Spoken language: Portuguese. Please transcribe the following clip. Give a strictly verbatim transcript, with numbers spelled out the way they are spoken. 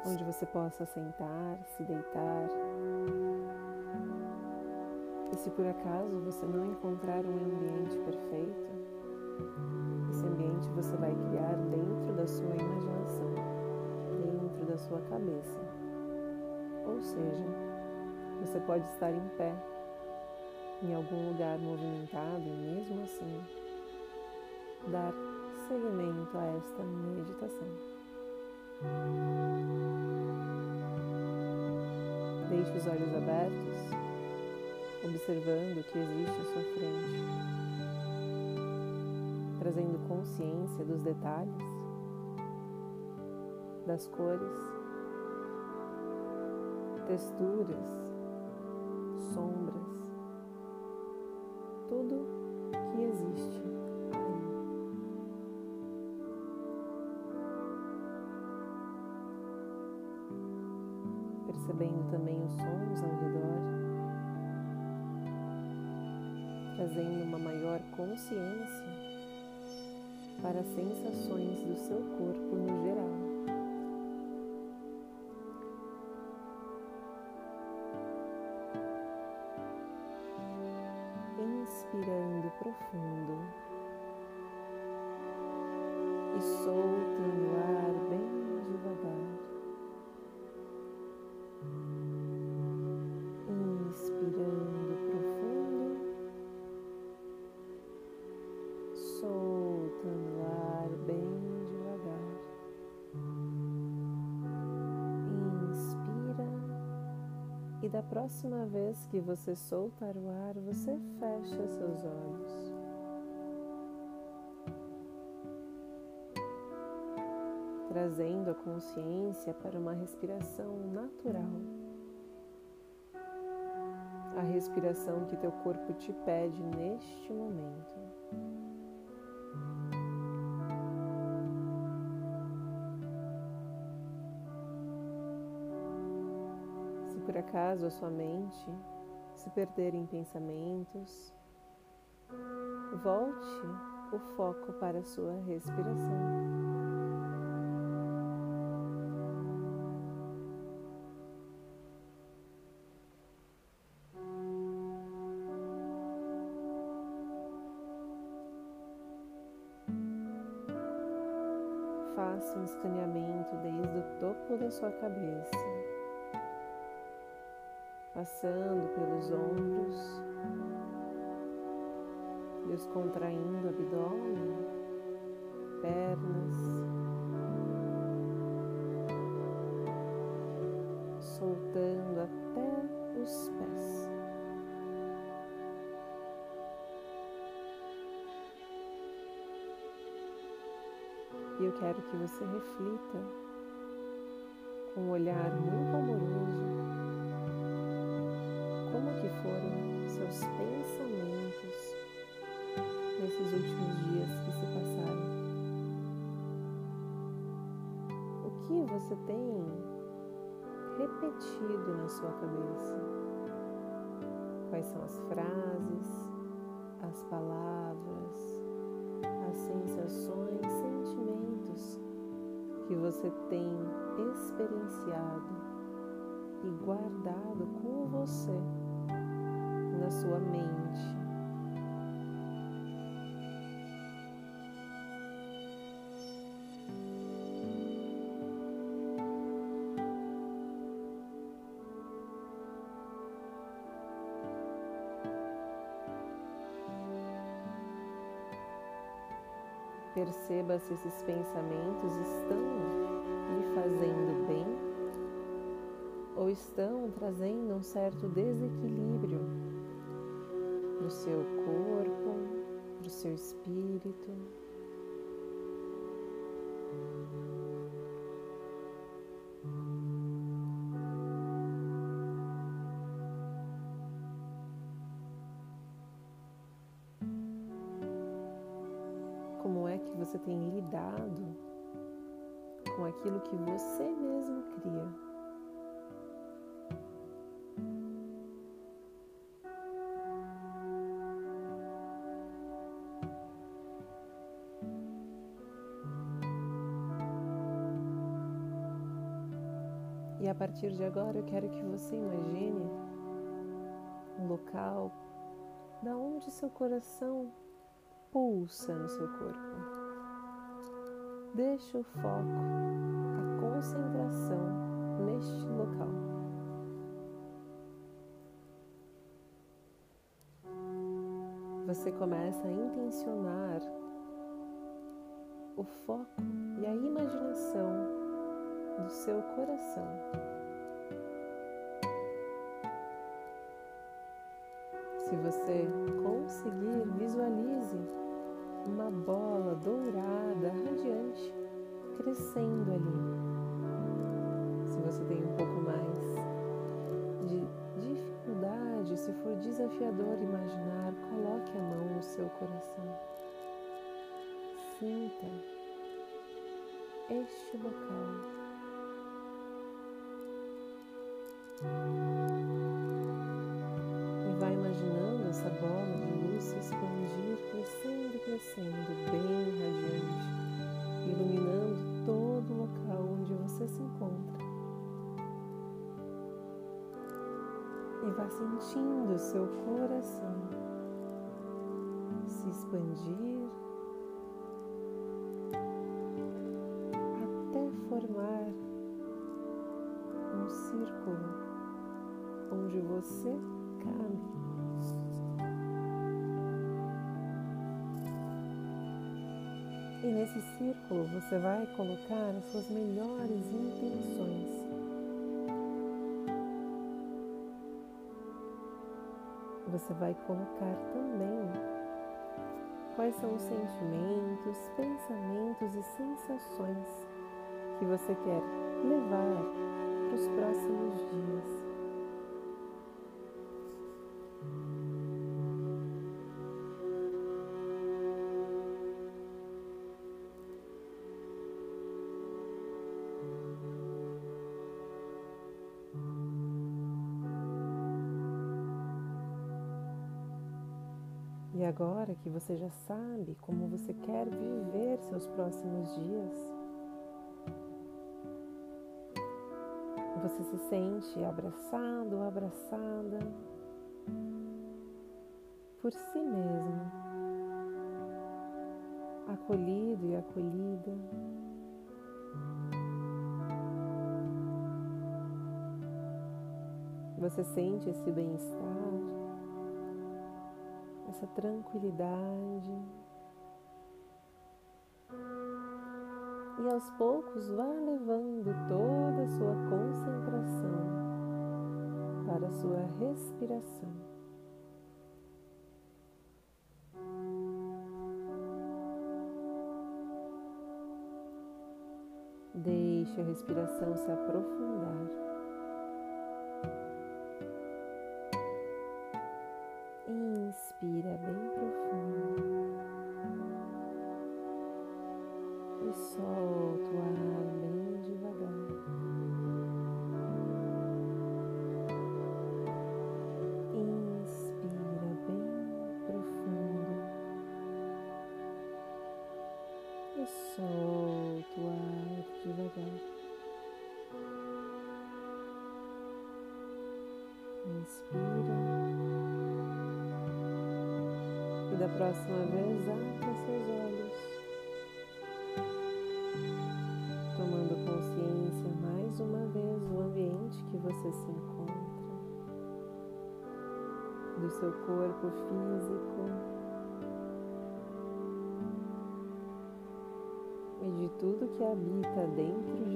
onde você possa sentar, se deitar. E se por acaso você não encontrar um ambiente perfeito, esse ambiente você vai criar dentro da sua imaginação, dentro da sua cabeça. Ou seja, você pode estar em pé, em algum lugar movimentado e mesmo assim dar seguimento a esta meditação. Deixe os olhos abertos, observando o que existe à sua frente, trazendo consciência dos detalhes, das cores, texturas, sombras, tudo que existe aí. Percebendo também os sons ao redor, trazendo uma maior consciência para as sensações do seu corpo no geral. Inspirando profundo e soltando o ar bem devagar. Inspirando profundo, soltando o ar bem devagar. Inspira e da próxima vez que você soltar o ar, você fecha seus olhos. Trazendo a consciência para uma respiração natural. A respiração que teu corpo te pede neste momento. Se por acaso a sua mente se perder em pensamentos, volte o foco para a sua respiração. Faça um escaneamento desde o topo da sua cabeça, passando pelos ombros, descontraindo o abdômen, pernas, soltando até os pés. E eu quero que você reflita com um olhar muito amoroso como que foram seus pensamentos nesses últimos dias que se passaram. O que você tem repetido na sua cabeça? Quais são as frases, as palavras, as sensações, sentimentos que você tem experienciado e guardado com você na sua mente. Perceba se esses pensamentos estão lhe fazendo bem ou estão trazendo um certo desequilíbrio no seu corpo, no seu espírito. Como é que você tem lidado com aquilo que você mesmo cria? E a partir de agora eu quero que você imagine um local da onde seu coração pulsa no seu corpo. Deixe o foco, a concentração neste local. Você começa a intencionar o foco e a imaginação do seu coração. Se você conseguir, visualize uma bola dourada, radiante, crescendo ali. Se você tem um pouco mais de dificuldade, se for desafiador imaginar, coloque a mão no seu coração. Sinta este local. E vai imaginando essa bola de luz se expandir, crescendo, crescendo, bem radiante, iluminando todo o local onde você se encontra. E vá sentindo o seu coração se expandir até formar um círculo onde você cabe. E nesse círculo você vai colocar as suas melhores intenções. Você vai colocar também quais são os sentimentos, pensamentos e sensações que você quer levar para os próximos dias. E agora que você já sabe como você quer viver seus próximos dias, você se sente abraçado ou abraçada por si mesmo, acolhido e acolhida. Você sente esse bem-estar, essa tranquilidade, e aos poucos vá levando toda a sua concentração para a sua respiração. Deixe a respiração se aprofundar. Inspira bem profundo e solta o ar bem devagar. Inspira bem profundo e solta o ar devagar. Inspira. E da próxima vez, abra seus olhos, tomando consciência mais uma vez do ambiente que você se encontra, do seu corpo físico e de tudo que habita dentro